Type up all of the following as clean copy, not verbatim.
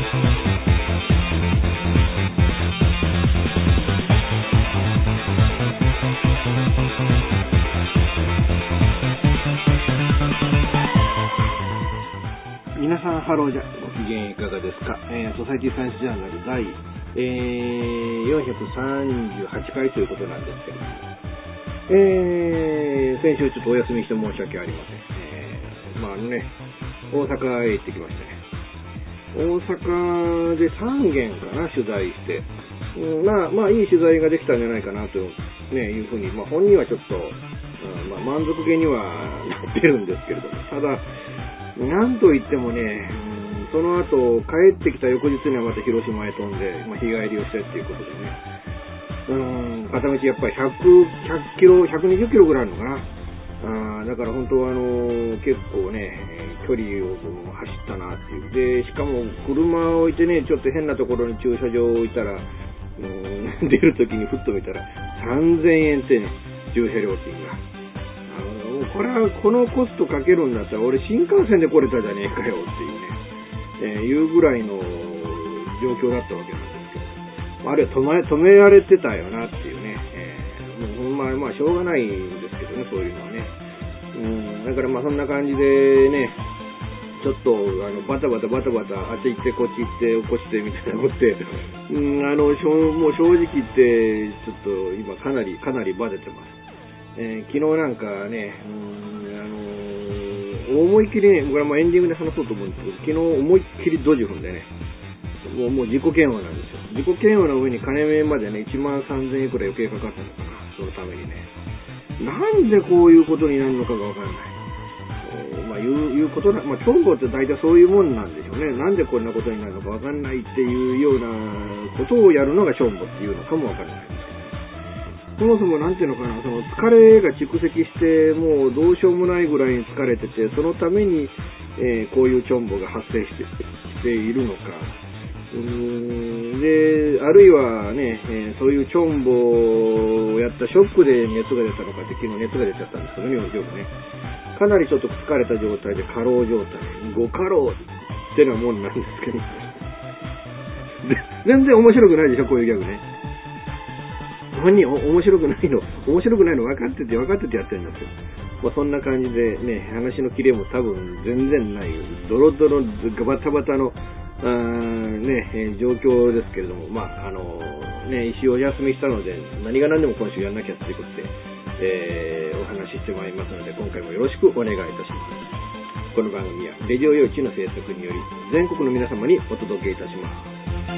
皆さんハローじゃご機嫌いかがですか。ソサイティサイエンスジャーナル第、438回ということなんですけども、先週ちょっとお休みして申し訳ありません。大阪へ行ってきましたね。大阪で3件かな取材して、いい取材ができたんじゃないかなと、いうふうに、本人はちょっと、満足げにはなってるんですけれども、ただなんといってもね、その後帰ってきた翌日にはまた広島へ飛んで、日帰りをしてっていうことでね、片道やっぱり100キロ、120キロぐらいあるのかな。だから本当は結構ね、距離を走ったなっていう。で、しかも車を置いてね、ちょっと変なところに駐車場を置いたら、出るときにふっと見たら3000円ってね、駐車料金が。このコストかけるんだったら俺新幹線で来れたじゃねえかよっていうね、いうぐらいの状況だったわけなんですけど、あれは止められてたよなっていうね、しょうがないんですけどね、そういうのはね。だからそんな感じでね、ちょっとバタバタあっち行ってこっち行って起こしてみたいなことで、もう正直言ってちょっと今かなりバテてます。昨日なんかね、思いっきりね、これはエンディングで話そうと思うんですけど、昨日思いっきりドジ踏んでね、もう自己嫌悪なんですよ。自己嫌悪の上に金目までね、13,000円くらい余計かかったのかな、そのためにね。なんでこういうことになるのかがわからない。いうことな、チョンボって大体そういうもんなんでしょうね。なんでこんなことになるのかわかんないっていうようなことをやるのがチョンボっていうのかもわからないですけど。そもそもなんていうのかな、その疲れが蓄積してもうどうしようもないぐらいに疲れてて、そのために、こういうチョンボが発生しているのか、であるいはね、そういうチョンボをやったショックで熱が出たのかって、昨日熱が出ちゃったんですけどね、夜ね、かなりちょっと疲れた状態で過労状態、5過労ってのはもんなんですけどで全然面白くないでしょ、こういうギャグね。本人面白くないの分かっててやってるんですけど、そんな感じでね、話のキレも多分全然ない、ドロドロガバタバタの状況ですけれども、一応お休みしたので何が何でも今週やんなきゃということで、お話ししてまいりますので、今回もよろしくお願いいたします。この番組はレディオ用地の制作により全国の皆様にお届けいたします。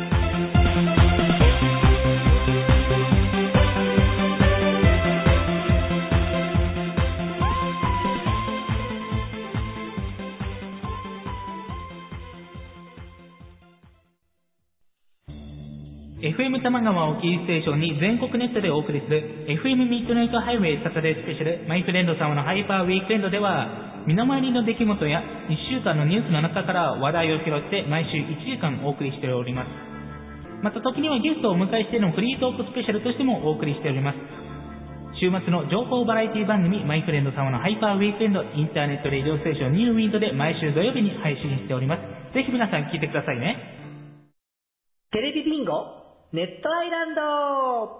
FM 多摩川をキーステーションに全国ネットでお送りする FM ミッドナイトハイウェイサタデースペシャルマイフレンド様のハイパーウィークエンドでは、身の回りの出来事や1週間のニュースの中から話題を拾って毎週1時間お送りしております。また時にはゲストをお迎えしてのフリートークスペシャルとしてもお送りしております。週末の情報バラエティ番組マイフレンド様のハイパーウィークエンド、インターネットレディオステーションニューウィンドで毎週土曜日に配信しております。ぜひ皆さん聞いてくださいね。 テレビビンゴネットアイランド。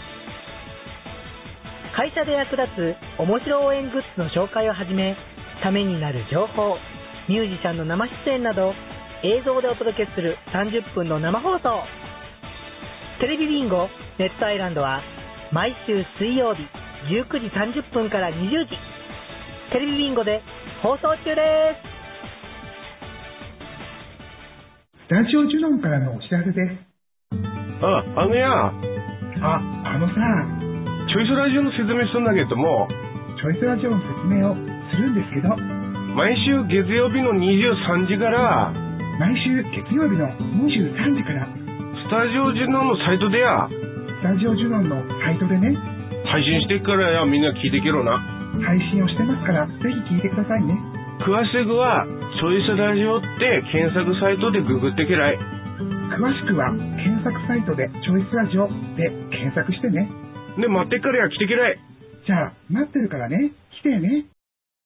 会社で役立つ面白応援グッズの紹介をはじめ、ためになる情報、ミュージシャンの生出演など映像でお届けする30分の生放送。テレビビンゴネットアイランドは毎週水曜日19時30分から20時、テレビビンゴで放送中です。 スタジオジュノンからのお知らせです。 あのや、 あのさ、 チョイスラジオの説明するんだけども、 チョイスラジオの説明をするんですけど、 毎週月曜日の23時から毎週月曜日の23時からスタジオジュノンのサイトでや、 スタジオジュノンのサイトでね、 配信してっからや、みんな聞いてけろな。 配信をしてますから、ぜひ聞いてくださいね。 詳しくはチョイスラジオって検索サイトでググってけらい。 詳しくは検索サイトでチョイスラジオで検索してね。 ね、待ってっからや、来てけらい。 じゃあ待ってるからね、来てね。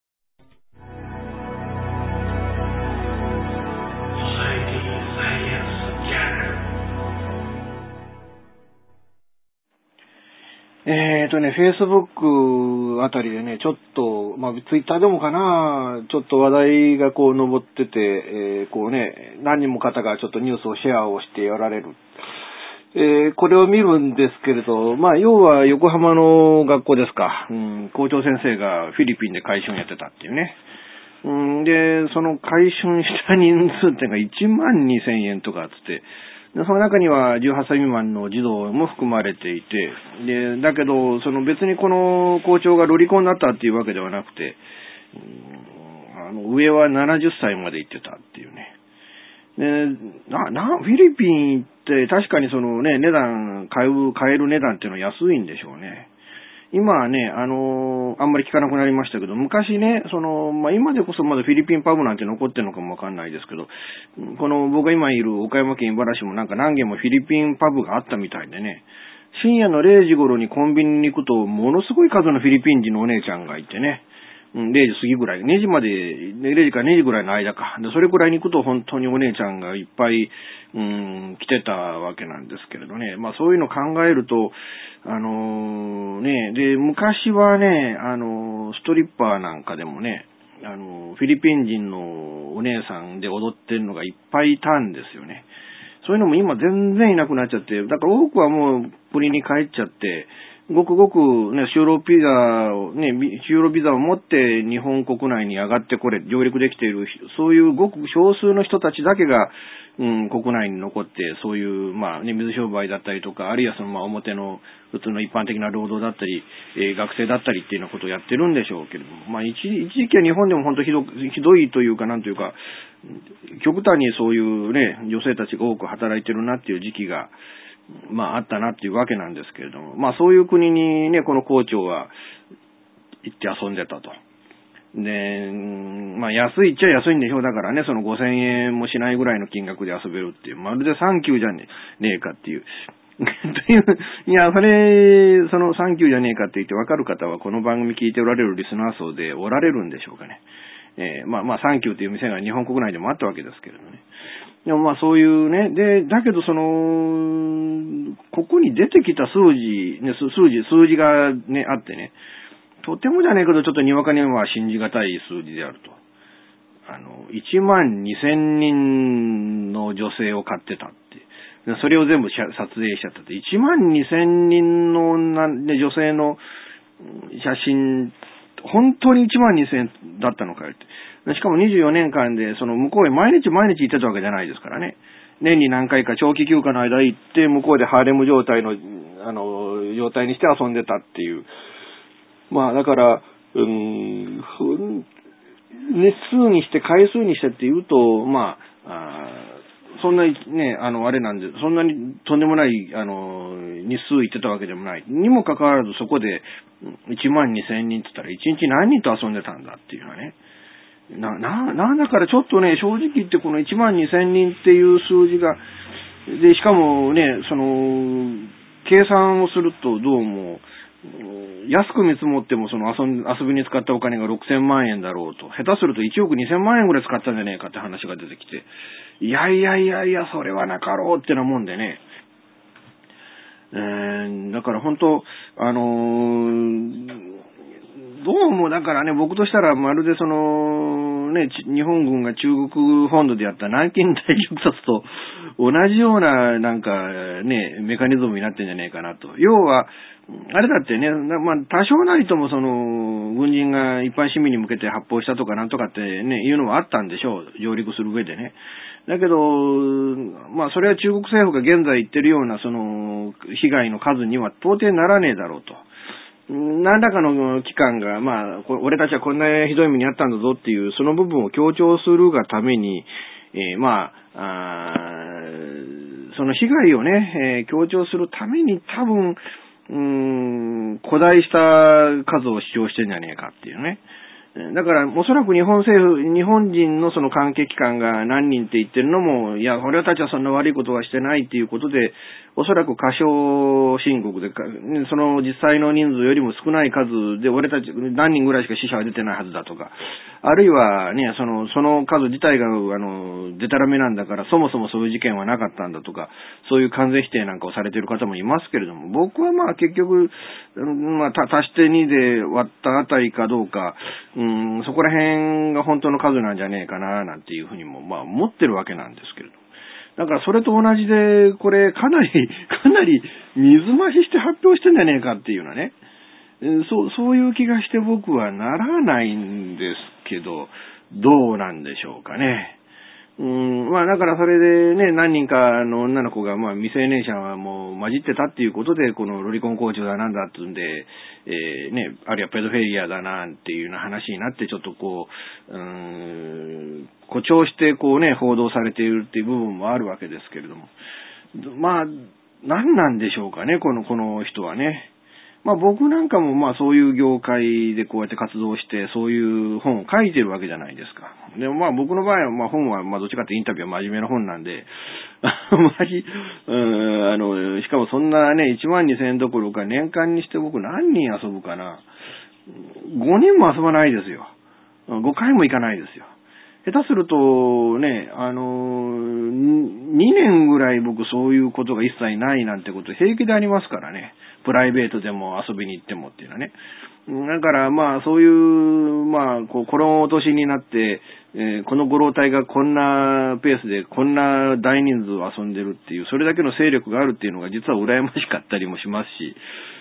Society Science Facebook あたりでね、ちょっと、Twitter でもかな、ちょっと話題がこう上ってて、こうね、何人も方がちょっとニュースをシェアをしておられる。これを見るんですけれど、要は横浜の学校ですか、校長先生がフィリピンで回春やってたっていうね。で、その回春した人数っていうのが12,000円とかつって、でその中には18歳未満の児童も含まれていて、で、だけど、別にこの校長がロリコンになったっていうわけではなくて、上は70歳まで行ってたっていうね。で、フィリピンって確かに値段、買える値段っていうのは安いんでしょうね。今はね、あんまり聞かなくなりましたけど、昔ね、今でこそまだフィリピンパブなんて残ってるのかもわかんないですけど、僕が今いる岡山県茨城も何軒もフィリピンパブがあったみたいでね、深夜の0時頃にコンビニに行くと、ものすごい数のフィリピン人のお姉ちゃんがいてね、0時過ぎぐらい、2時まで、0時から2時ぐらいの間か。で、それくらいに行くと本当にお姉ちゃんがいっぱい、来てたわけなんですけれどね。そういうのを考えると、で、昔はね、ストリッパーなんかでもね、フィリピン人のお姉さんで踊ってるのがいっぱいいたんですよね。そういうのも今全然いなくなっちゃって、だから多くはもう国に帰っちゃって、ごくごくね、就労ビザを持って日本国内に上がって上陸できている、そういうごく少数の人たちだけが、国内に残って、そういう、水商売だったりとか、あるいは表の普通の一般的な労働だったり、学生だったりっていうようなことをやってるんでしょうけれども、一時期は日本でも本当ひどいというか、なんというか、極端にそういうね、女性たちが多く働いてるなっていう時期が、あったなっていうわけなんですけれども、そういう国にね、この校長は行って遊んでたと。で、安いっちゃ安いんでしょう。だからね、5,000円もしないぐらいの金額で遊べるっていう、まるでサンキューじゃねえかっていう。いや、そのサンキューじゃねえかって言って分かる方はこの番組聞いておられるリスナー層でおられるんでしょうかね。サンキューっていう店が日本国内でもあったわけですけれどね。でもそういうね、で、だけどここに出てきた数字がね、あってね、とてもじゃねえけど、ちょっとにわかには信じがたい数字であると。12,000人の女性を買ってたって。それを全部撮影しちゃったって。12,000人の女性の写真、本当に12,000だったのかよって。しかも24年間で、向こうへ毎日行ってたわけじゃないですからね。年に何回か長期休暇の間行って、向こうでハーレム状態の、状態にして遊んでたっていう。だから、数にして回数にしてって言うと、そんなにね、あれなんで、そんなにとんでもない、日数行ってたわけでもない。にもかかわらずそこで12,000人って言ったら1日何人と遊んでたんだっていうのはね。なんだからちょっとね、正直言ってこの12,000人っていう数字が、で、しかもね、計算をするとどうも、安く見積もっても遊びに使ったお金が6,000万円だろうと。下手すると1億2,000万円ぐらい使ったんじゃねえかって話が出てきて。いや、それはなかろうってなもんでね。だから本当、どうもだからね、僕としたらまるで日本軍が中国本土でやった南京大虐殺と同じようなメカニズムになってんじゃねえかなと。要は、あれだってね、多少なりとも軍人が一般市民に向けて発砲したとかなんとかってね、いうのはあったんでしょう。上陸する上でね。だけど、それは中国政府が現在言ってるような被害の数には到底ならねえだろうと。何らかの機関が、俺たちはこんなひどい目にあったんだぞっていう、その部分を強調するがために、その被害をね、強調するために多分、誇大した数を主張してんじゃねえかっていうね。 だから、おそらく日本人のその関係機関が何人って言ってるのも、いや、俺たちはそんな悪いことはしてないっていうことで、おそらく過少申告で、その実際の人数よりも少ない数で、俺たち何人ぐらいしか死者は出てないはずだとか、あるいはね、その数自体が、デタラメなんだから、そもそもそういう事件はなかったんだとか、そういう完全否定なんかをされている方もいますけれども、僕はまあ結局、足して2で割ったあたりかどうか、そこら辺が本当の数なんじゃねえかな、なんていうふうにも、まあ思ってるわけなんですけれども。だからそれと同じで、これかなり水増しして発表してんじゃねえかっていうようなね。そういう気がして僕はならないんですけど、どうなんでしょうかね。まあだからそれでね、何人かの女の子がまあ未成年者はもう混じってたっていうことで、このロリコン校長だなんだってんで、ね、あるいはペドフェリアだなんていうような話になってちょっとこう、誇張してこうね、報道されているっていう部分もあるわけですけれども。まあ、何なんでしょうかね、この人はね。まあ僕なんかもまあそういう業界でこうやって活動してそういう本を書いてるわけじゃないですか。でもまあ僕の場合はまあ本はまあどっちかってインタビューは真面目な本なんで、しかもそんなね、12000円どころか年間にして僕何人遊ぶかな。5人も遊ばないですよ。5回も行かないですよ。下手するとね、2年ぐらい僕そういうことが一切ないなんてこと平気でありますからね。プライベートでも遊びに行ってもっていうのはね。だからまあそういう、まあこのお年になって、このご老体がこんなペースでこんな大人数遊んでるっていう、それだけの勢力があるっていうのが実は羨ましかったりもしますし、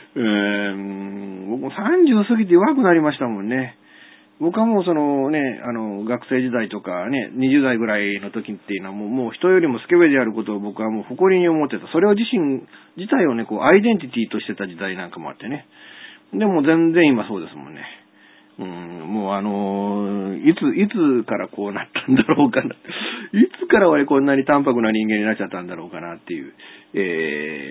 僕も30過ぎて弱くなりましたもんね。僕はもうそのね、学生時代とかね、20代ぐらいの時っていうのはもう人よりもスケベであることを僕はもう誇りに思ってた。それを自体をね、こうアイデンティティとしてた時代なんかもあってね。でも全然今そうですもんね。もういつからこうなったんだろうかな。いつから俺こんなに淡白な人間になっちゃったんだろうかなっていう、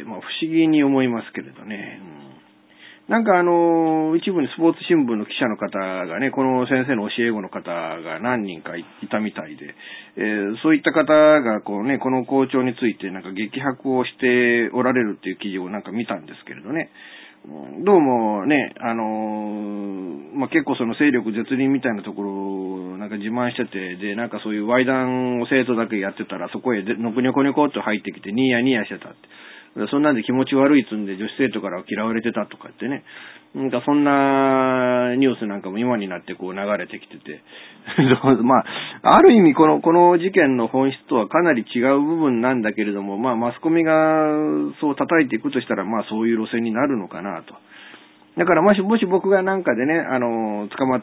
まあ不思議に思いますけれどね。なんか一部にスポーツ新聞の記者の方がね、この先生の教え子の方が何人かいたみたいで、そういった方がこうね、この校長についてなんか激白をしておられるっていう記事をなんか見たんですけれどね、どうもね、まあ、結構その勢力絶倫みたいなところをなんか自慢してて、で、なんかそういうワイダンを生徒だけやってたら、そこへのこにょこにょこっと入ってきてニヤニヤしてたって。そんなんで気持ち悪いつんで女子生徒から嫌われてたとか言ってね。なんかそんなニュースなんかも今になってこう流れてきてて。まあ、ある意味この事件の本質とはかなり違う部分なんだけれども、まあマスコミがそう叩いていくとしたら、まあそういう路線になるのかなと。だからもし僕がなんかでね、捕まって、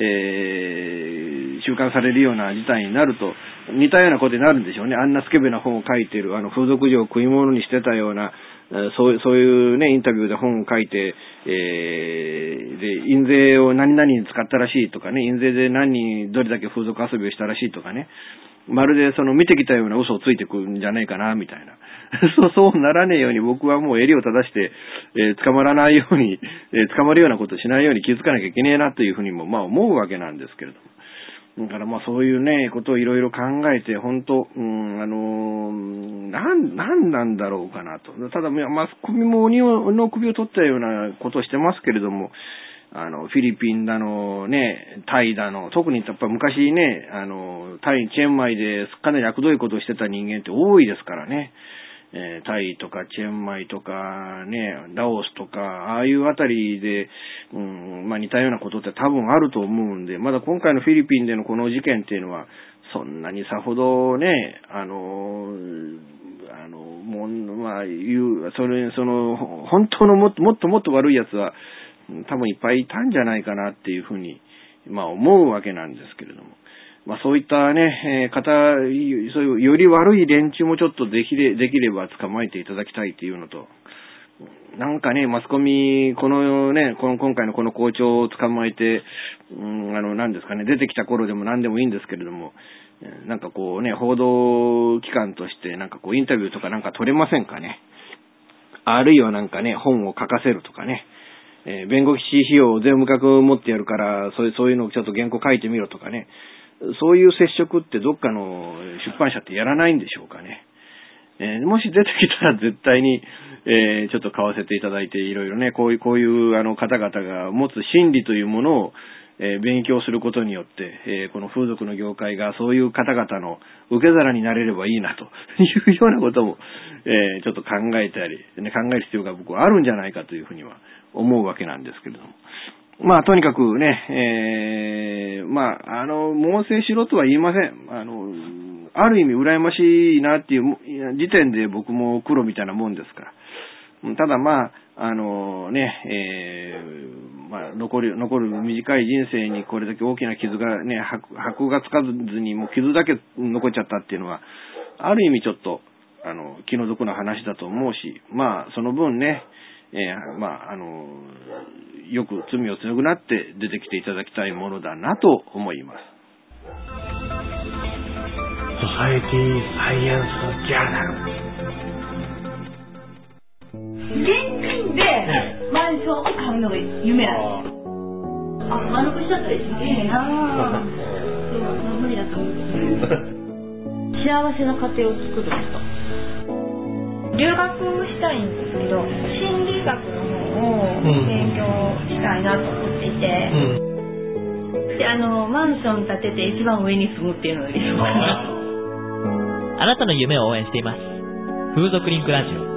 収監されるような事態になると、似たようなことになるんでしょうね。あんなスケベな本を書いている、風俗嬢を食い物にしてたような、そういうね、インタビューで本を書いて、で、印税を何々に使ったらしいとかね、印税でどれだけ風俗遊びをしたらしいとかね、まるで見てきたような嘘をついてくんじゃないかな、みたいな。そうならねえように僕はもう襟を正して、捕まらないように、捕まるようなことをしないように気づかなきゃいけねえなというふうにも、まあ思うわけなんですけれども。だからまあそういうね、ことをいろいろ考えて、本当なんなんだろうかなと。ただ、マスコミも鬼の首を取ったようなことをしてますけれども、フィリピンだの、ね、タイだの、特にやっぱ昔ね、タイ、チェンマイでかなり悪どいことをしてた人間って多いですからね。タイとかチェンマイとかね、ラオスとか、ああいうあたりで、まあ似たようなことって多分あると思うんで、まだ今回のフィリピンでのこの事件っていうのは、そんなにさほどね、まあ本当のもっと悪い奴は、多分いっぱいいたんじゃないかなっていうふうに、まあ思うわけなんですけれども。まあそういったね、そういうより悪い連中もちょっとできれば捕まえていただきたいっていうのと、なんかね、マスコミ、今回のこの校長を捕まえて、何ですかね、出てきた頃でも何でもいいんですけれども、なんかこうね、報道機関としてなんかこうインタビューとかなんか取れませんかね。あるいはなんかね、本を書かせるとかね。 弁護士費用を全部額持ってやるから、そういうのをちょっと原稿書いてみろとかね。そういう接触ってどっかの出版社ってやらないんでしょうかね。もし出てきたら絶対に、ちょっと買わせていただいて、いろいろね、こういう方々が持つ心理というものを、勉強することによって、この風俗の業界がそういう方々の受け皿になれればいいなというようなことも、ちょっと考えたり、ね、考える必要が僕はあるんじゃないかというふうには思うわけなんですけれども。まあ、とにかくね、猛省しろとは言いません。ある意味羨ましいなっていう時点で僕も苦労みたいなもんですから。ただ残る短い人生にこれだけ大きな傷がね、箔がつかずにもう傷だけ残っちゃったっていうのは、ある意味ちょっと、気の毒な話だと思うし、その分ね、よく罪を償って出てきていただきたいものだなと思います。 ソサエティサイエンスジャーナル。 現金でマンションを買うのが夢なんです。丸くしちゃったらいいなそう無理だと思う。幸せな家庭を作る人。留学したいんですけど、心理学の方を勉強したいなと思っていて、でマンション建てて一番上に住むっていうのが理想かな。 あなたの夢を応援しています。風俗リンクラジオ。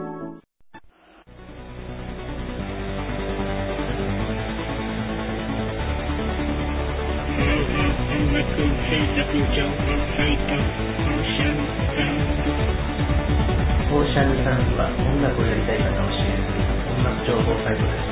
オーシャンサンズは音楽をやりたい方を支援する音楽情報サイトです。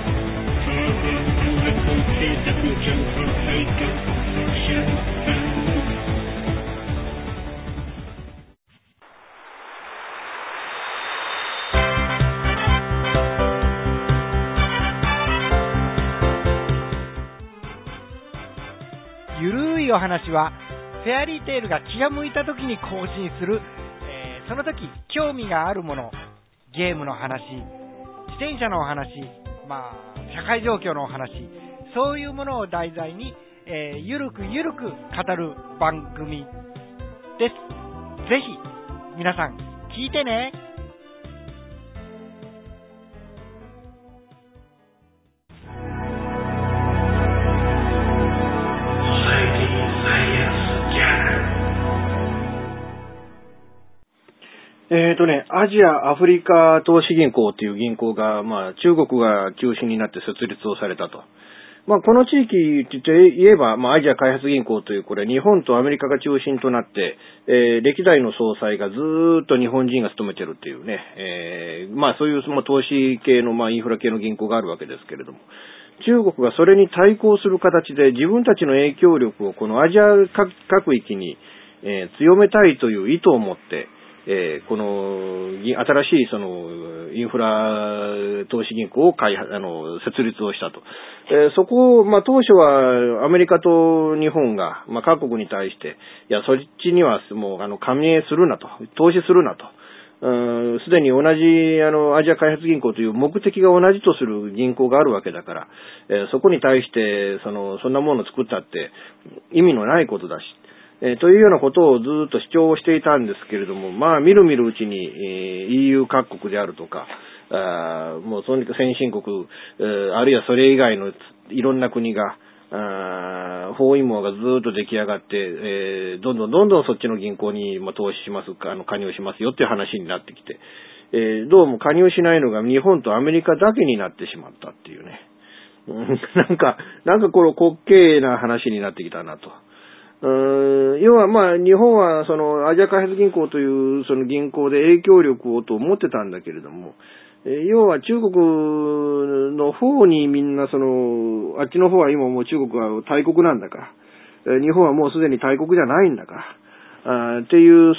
ゆるいお話はフェアリーテールが気が向いた時に更新する、その時興味があるもの、ゲームの話、自転車のお話、社会状況のお話、そういうものを題材に、ゆるく語る番組です。ぜひ皆さん聞いてね。 アジア・アフリカ投資銀行という銀行が、中国が中心になって設立をされたと。この地域といえば、アジア開発銀行という、これ日本とアメリカが中心となって、歴代の総裁がずーっと日本人が務めてるっていうね、そういう投資系の、インフラ系の銀行があるわけですけれども、中国がそれに対抗する形で自分たちの影響力をこのアジア各域に、強めたいという意図を持って、この新しいそのインフラ投資銀行を設立をしたと。そこを、当初はアメリカと日本が、各国に対して、いや、そっちにはもう加盟するなと、投資するなと。すでに同じアジア開発銀行という目的が同じとする銀行があるわけだから、そこに対してそんなものを作ったって意味のないことだし、というようなことをずっと主張していたんですけれども、みるみるうちに、EU 各国であるとか、もうとにかく先進国、あるいはそれ以外のいろんな国が、包囲網がずっと出来上がって、どんどんそっちの銀行に投資します、加入しますよっていう話になってきて、どうも加入しないのが日本とアメリカだけになってしまったっていうね。なんかこの滑稽な話になってきたなと。要は日本はそのアジア開発銀行というその銀行で影響力をと思ってたんだけれども、要は中国の方にみんなあっちの方は今もう中国は大国なんだから、日本はもうすでに大国じゃないんだから、っていう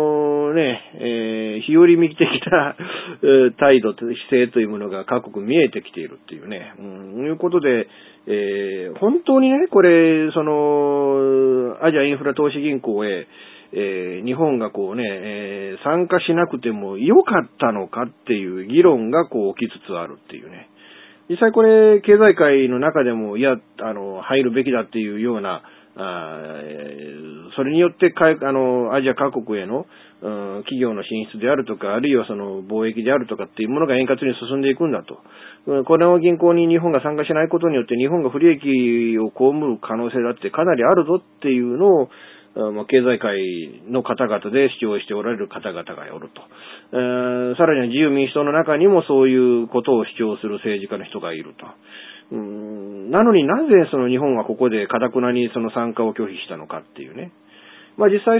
日和見的な態度と姿勢というものが各国見えてきているっていうね、いうことで、本当にね、これアジアインフラ投資銀行へ、日本が参加しなくても良かったのかっていう議論が起きつつあるっていうね。 実際これ、経済界の中でも、入るべきだっていうような、それによってアジア各国への、企業の進出であるとか、あるいはその貿易であるとかっていうものが円滑に進んでいくんだと。この銀行に日本が参加しないことによって日本が不利益を被る可能性だってかなりあるぞっていうのを、経済界の方々で主張しておられる方々がおると。さらには自由民主党の中にもそういうことを主張する政治家の人がいると。なのになぜその日本はここで堅くなにその参加を拒否したのかっていうね。実際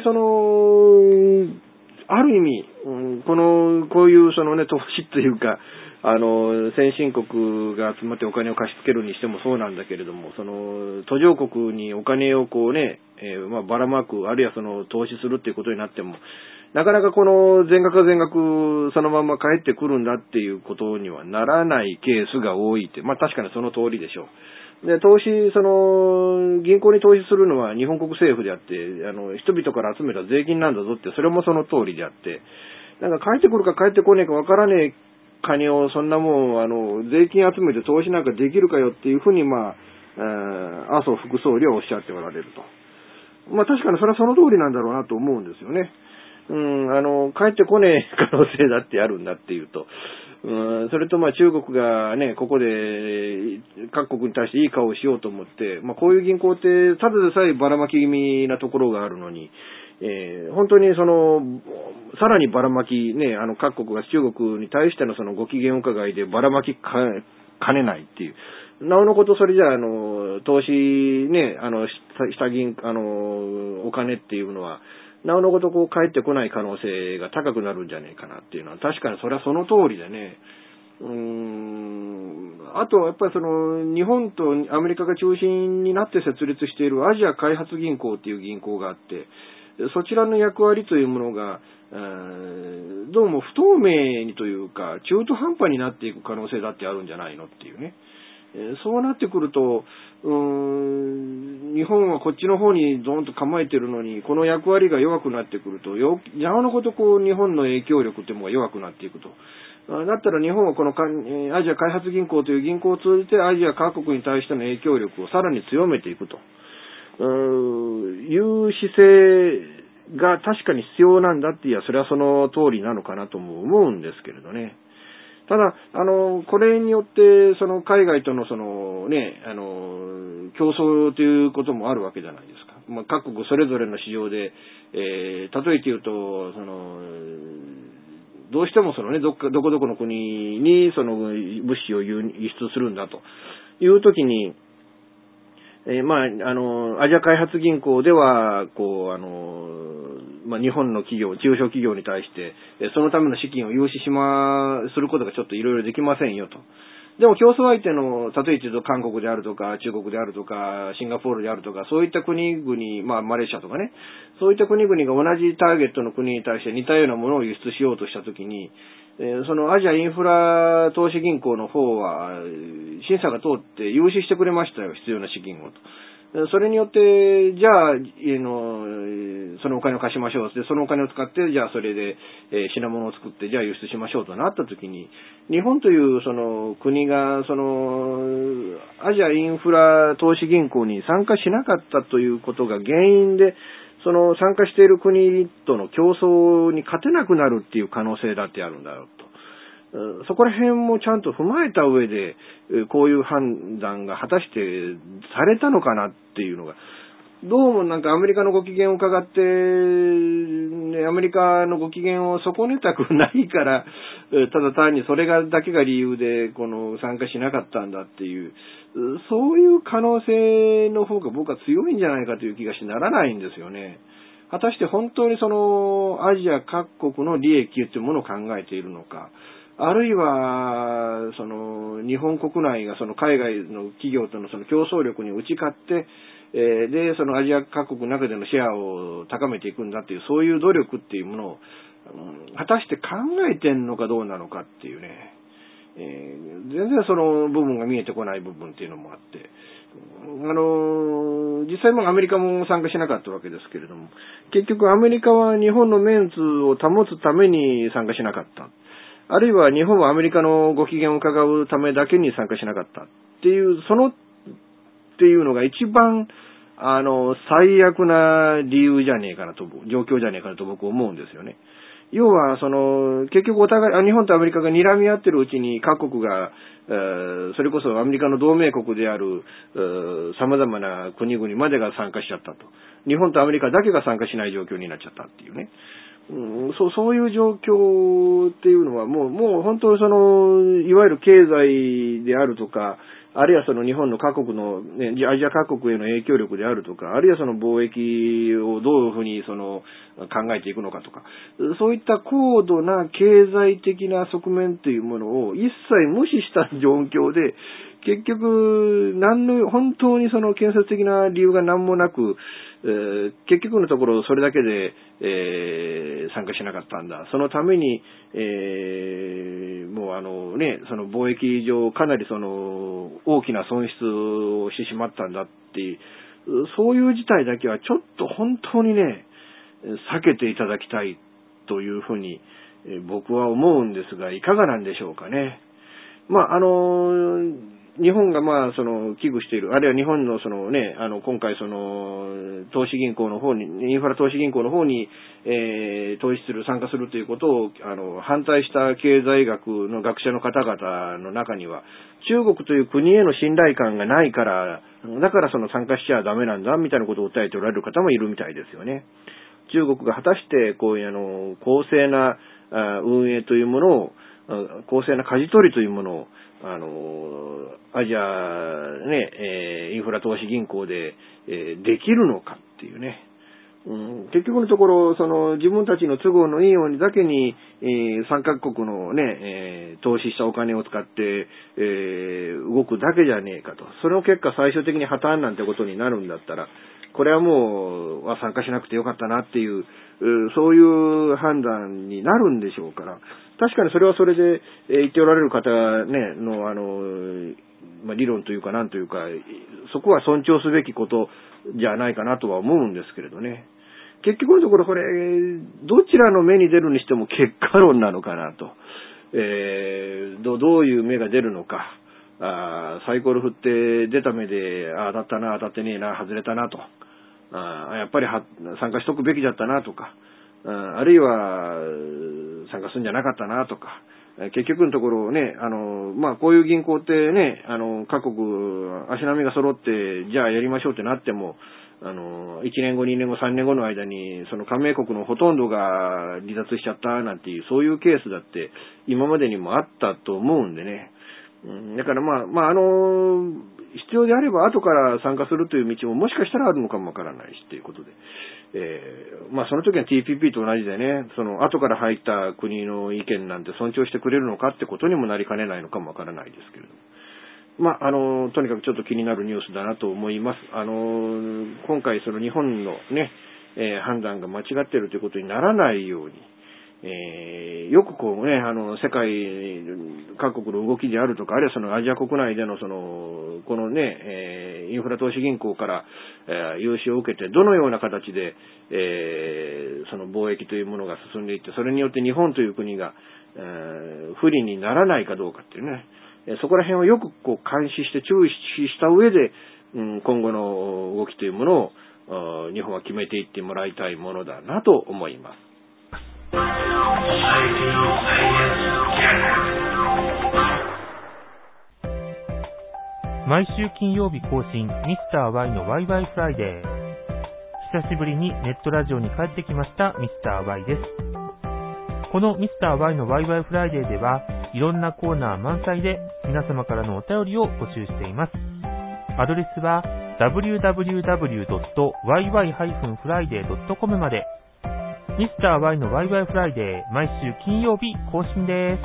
ある意味、こういうそのね、投資というか、先進国が集まってお金を貸し付けるにしてもそうなんだけれども、途上国にお金をこうね、ばらまく、あるいは投資するっていうことになっても、なかなか全額が全額そのまま返ってくるんだっていうことにはならないケースが多いって、確かにその通りでしょう。で、銀行に投資するのは日本国政府であって、人々から集めた税金なんだぞって、それもその通りであって、なんか返ってくるか返ってこねえかわからねえ金をそんなもん、税金集めて投資なんかできるかよっていうふうに、麻生副総理はおっしゃっておられると。確かにそれはその通りなんだろうなと思うんですよね。帰ってこねえ可能性だってあるんだっていうと。それと中国がね、ここで各国に対していい顔をしようと思って、こういう銀行ってただでさえばらまき気味なところがあるのに、本当にさらにばらまきね、各国が中国に対してのご機嫌伺いでばらまきかねないっていう。なおのことそれじゃ投資ね、したお金っていうのは、なおのこと返ってこない可能性が高くなるんじゃねえかなっていうのは、確かにそれはその通りでね。あとはやっぱり日本とアメリカが中心になって設立しているアジア開発銀行っていう銀行があって、そちらの役割というものが、どうも不透明にというか、中途半端になっていく可能性だってあるんじゃないのっていうね。そうなってくると、日本はこっちの方にドーンと構えてるのに、この役割が弱くなってくると、なおのこと日本の影響力っていうのが弱くなっていくと。だったら日本はこのアジア開発銀行という銀行を通じてアジア各国に対しての影響力をさらに強めていくと。いう姿勢が確かに必要なんだっていや、それはその通りなのかなとも思うんですけれどね。ただ、これによって、海外とのね、競争ということもあるわけじゃないですか。各国それぞれの市場で、例えて言うと、どうしてもどこどこの国に物資を輸出するんだというときに、アジア開発銀行では、日本の企業、中小企業に対して、そのための資金を融資することがちょっといろいろできませんよと。でも競争相手の、例えば韓国であるとか、中国であるとか、シンガポールであるとか、そういった国々、マレーシアとかね、そういった国々が同じターゲットの国に対して似たようなものを輸出しようとしたときに、アジアインフラ投資銀行の方は、審査が通って融資してくれましたよ、必要な資金をと。それによって、じゃあ、そのお金を貸しましょう。で、そのお金を使って、じゃあそれで、品物を作って、じゃあ輸出しましょうとなったときに、日本という国が、アジアインフラ投資銀行に参加しなかったということが原因で、参加している国との競争に勝てなくなるっていう可能性だってあるんだよと。そこら辺もちゃんと踏まえた上で、こういう判断が果たしてされたのかなっていうのが、どうもなんかアメリカのご機嫌を伺って、アメリカのご機嫌を損ねたくないから、ただ単にそれだけが理由で、参加しなかったんだっていう、そういう可能性の方が僕は強いんじゃないかという気がしてならないんですよね。果たして本当にアジア各国の利益というものを考えているのか、あるいは、日本国内が海外の企業との競争力に打ち勝って、で、アジア各国の中でのシェアを高めていくんだっていう、そういう努力っていうものを、果たして考えてんのかどうなのかっていうね、全然その部分が見えてこない部分っていうのもあって、実際アメリカも参加しなかったわけですけれども、結局アメリカは日本のメンツを保つために参加しなかった。 あるいは日本はアメリカのご機嫌を伺うためだけに参加しなかったっていう、っていうのが一番、最悪な理由じゃねえかなと、状況じゃねえかなと僕思うんですよね。要は、結局お互い、日本とアメリカが睨み合ってるうちに各国が、それこそアメリカの同盟国である、様々な国々までが参加しちゃったと。日本とアメリカだけが参加しない状況になっちゃったっていうね。そういう状況っていうのはもう本当いわゆる経済であるとか、あるいは日本の各国の、ね、アジア各国への影響力であるとか、あるいは貿易をどういうふうに考えていくのかとか、そういった高度な経済的な側面というものを一切無視した状況で、結局、本当に建設的な理由が何もなく、結局のところそれだけで、参加しなかったんだ。そのために、もう貿易上かなり大きな損失をしてしまったんだっていう、そういう事態だけはちょっと本当にね、避けていただきたいというふうに、僕は思うんですが、いかがなんでしょうかね。日本が危惧している、あるいは日本の今回投資銀行の方に、インフラ投資銀行の方に、投資する、参加するということを、反対した経済学の学者の方々の中には、中国という国への信頼感がないから、だから参加しちゃダメなんだ、みたいなことを訴えておられる方もいるみたいですよね。中国が果たしてこういう公正な運営というものを、公正な舵取りというものを、アジアね、インフラ投資銀行で、できるのかっていうね。結局のところ、自分たちの都合のいいようにだけに、参加国のね、投資したお金を使って、動くだけじゃねえかと。それの結果最終的に破綻なんてことになるんだったら、これはもう、参加しなくてよかったなっていう、そういう判断になるんでしょうから、確かにそれはそれで、言っておられる方ね、の理論というかなんというか、そこは尊重すべきことじゃないかなとは思うんですけれどね。結局のところこれ、どちらの目に出るにしても結果論なのかなと。どういう目が出るのか。サイコロ振って出た目で、当たったな、当たってねえな、外れたなと。やっぱり参加しとくべきだったなとか。あるいは、参加するんじゃなかったなとか。結局のところね、こういう銀行ってね、各国足並みが揃って、じゃあやりましょうってなっても、1年後、2年後、3年後の間に、加盟国のほとんどが離脱しちゃったなんていう、そういうケースだって、今までにもあったと思うんでね。だから必要であれば後から参加するという道ももしかしたらあるのかもわからないしということで。その時は TPP と同じでね、後から入った国の意見なんて尊重してくれるのかってことにもなりかねないのかもわからないですけれど。とにかくちょっと気になるニュースだなと思います。今回日本のね、判断が間違っているということにならないように、よく世界各国の動きであるとか、あるいはアジア国内でのこのね、インフラ投資銀行から、融資を受けて、どのような形で、貿易というものが進んでいって、それによって日本という国が、不利にならないかどうかっていうね、そこら辺をよく監視して注視した上で、今後の動きというものを、日本は決めていってもらいたいものだなと思います。 毎週金曜日更新、ミスター Y のワイワイフライデー。久しぶりにネットラジオに帰ってきましたミスター Y です。このミスター Y のワイワイフライデーでは、いろんなコーナー満載で皆様からのお便りを募集しています。アドレスは www.yy-friday.com まで。ミスター Y のワイワイフライデー、毎週金曜日更新です。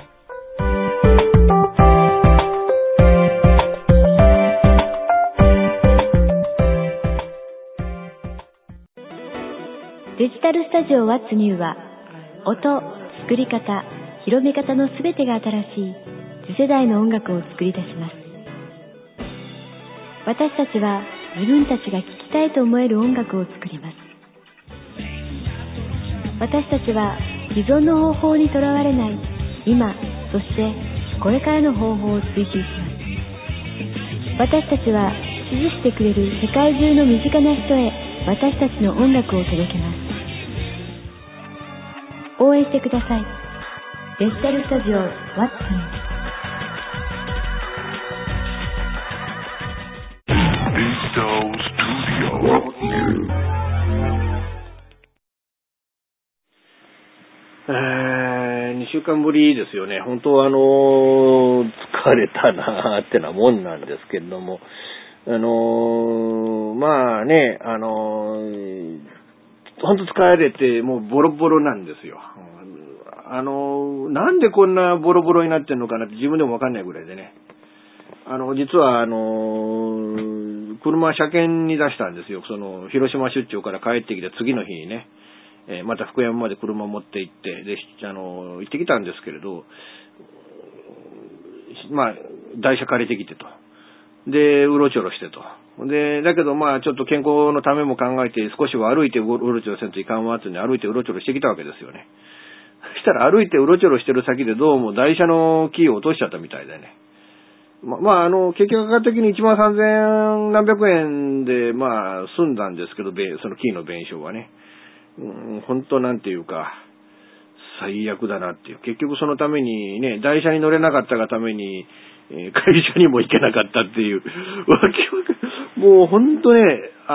デジタルスタジオ What's New は、音、作り方、広め方のすべてが新しい次世代の音楽を作り出します。私たちは自分たちが聴きたいと思える音楽を作ります。私たちは既存の方法にとらわれない今、そしてこれからの方法を追求します。私たちは支持してくれる世界中の身近な人へ私たちの音楽を届けます。応援してください。デジタルスタジオ What's New。 2週間ぶりですよね。本当疲れたなーってなもんなんですけれども、まあね、本当疲れてもうボロボロなんですよ。なんでこんなボロボロになってんのかなって自分でもわかんないぐらいでね。実は車車検に出したんですよ。その広島出張から帰ってきて次の日にね。また福山まで車持って行って、で、行ってきたんですけれど、まあ、台車借りてきてと。で、うろちょろしてと。で、だけどまあ、ちょっと健康のためも考えて、少しは歩いてうろちょろせんといかんわってんで、歩いてうろちょろしてきたわけですよね。そしたら歩いてうろちょろしてる先でどうも台車のキーを落としちゃったみたいでね。まあ、結局価格的に13,000何百円で、まあ、済んだんですけど、そのキーの弁償はね。本当なんていうか、最悪だなっていう。結局そのためにね、台車に乗れなかったがために、会社にも行けなかったっていう。もう本当ね、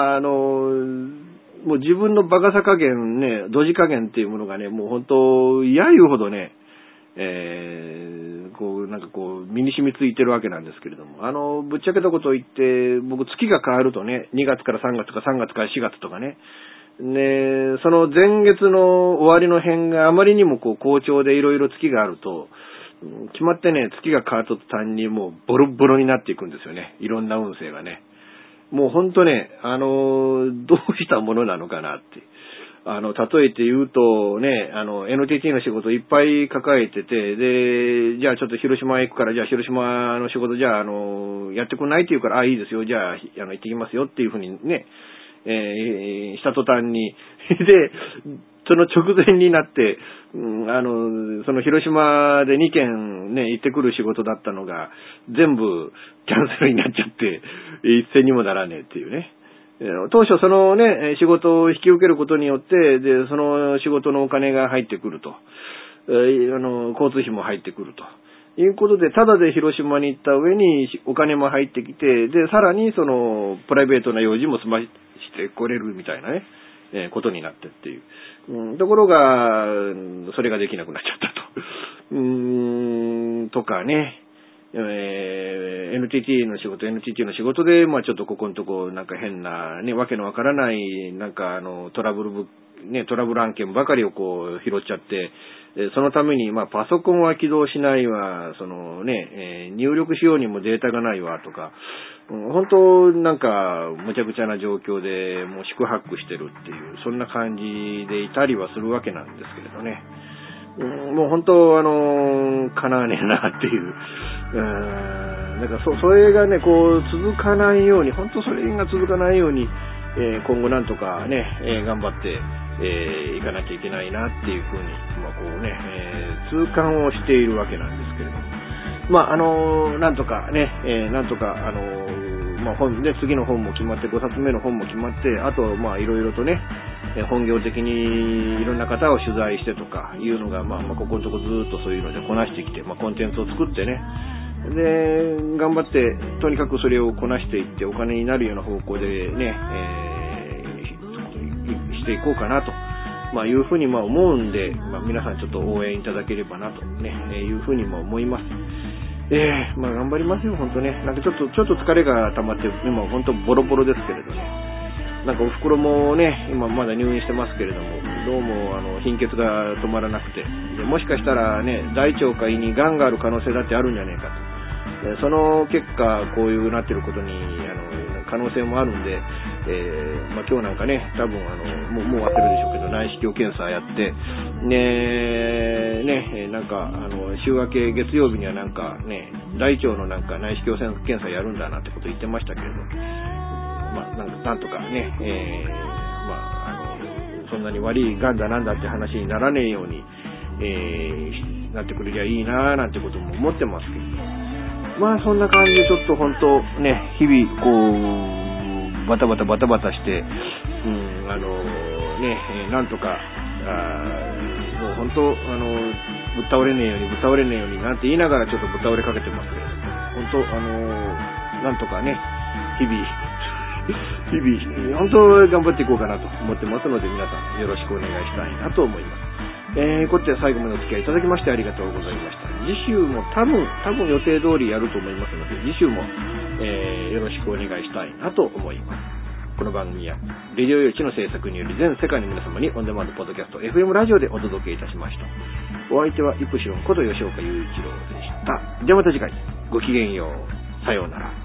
もう自分のバカさ加減ね、ドジ加減っていうものがね、もう本当、嫌いうほどね、なんか身に染みついてるわけなんですけれども、ぶっちゃけたことを言って、僕月が変わるとね、2月から3月とか3月から4月とかね、で、その前月の終わりの辺があまりにも好調でいろいろ月があると、決まってね、月が変わった途端にもうボロボロになっていくんですよね。いろんな運勢がね。もうほんとね、どうしたものなのかなって。例えて言うとね、NTT の仕事いっぱい抱えてて、で、じゃあちょっと広島へ行くから、じゃあ広島の仕事じゃあ、やってくんないって言うから、いいですよ、じゃあ、行ってきますよっていうふうにね、した途端に、で、その直前になって、その広島で2件ね、行ってくる仕事だったのが、全部キャンセルになっちゃって、一銭にもならねえっていうね。当初そのね、仕事を引き受けることによって、で、その仕事のお金が入ってくると。交通費も入ってくると。いうことで、ただで広島に行った上にお金も入ってきて、で、さらにその、プライベートな用事も済ましてこれるみたいなね、ことになってっていう。ところが、それができなくなっちゃったと。とかね、NTT の仕事で、まあちょっとここのとこ、なんか変な、ね、わけのわからない、なんかトラブル案件ばかりを拾っちゃって、そのために、まあパソコンは起動しないわ、そのね、入力しようにもデータがないわとか、本当なんかむちゃくちゃな状況でもう四苦八苦してるっていう、そんな感じでいたりはするわけなんですけれどね。もう本当叶わねえなっていう。なんかそれがね、続かないように、本当それが続かないように、今後なんとかね、頑張って、いかなきゃいけないなっていうふうに、まあ痛感をしているわけなんですけれども。まあなんとかね、まあ本で次の本も決まって、5冊目の本も決まって、あとまあいろいろとね、本業的にいろんな方を取材してとかいうのが、まあここのとこずっとそういうのでこなしてきて、まあコンテンツを作ってね、で、頑張って、とにかくそれをこなしていって、お金になるような方向でね、していこうかなと、まあいうふうにまあ思うんで、まあ皆さんちょっと応援いただければなとね、いうふうにも思います。まあ頑張りますよ、本当ね。なんかちょっと疲れが溜まって、今本当ボロボロですけれどね。なんかお袋もね、今まだ入院してますけれども、どうも貧血が止まらなくて、でもしかしたらね、大腸か胃に癌がある可能性だってあるんじゃねえかと。その結果、こういうなってることに、可能性もあるんで、まあ今日なんかね、多分もう終わってるでしょうけど、内視鏡検査やって、なんか、週明け月曜日にはなんかね、大腸のなんか内視鏡検査やるんだなってこと言ってましたけれど、まあ、なんとかね、まあ、そんなに悪い癌だなんだって話にならねえように、 なってくれりゃいいななんてことも思ってますけど、まあそんな感じでちょっと本当ね、日々こうバタバタして、なんとかもう本当ぶっ倒れねえようになんて言いながらちょっとぶっ倒れかけてますけど、本当なんとかね、日々本当頑張っていこうかなと思ってますので、皆さんよろしくお願いしたいなと思います。こっちは最後までお付き合いいただきましてありがとうございました。次週も多分予定通りやると思いますので、次週も、よろしくお願いしたいなと思います。この番組はレディオ用地の制作により全世界の皆様にオンデマンドポッドキャスト FM ラジオでお届けいたしました。お相手はイプシロンこと吉岡雄一郎でした。ではまた次回ごきげんよう。さようなら。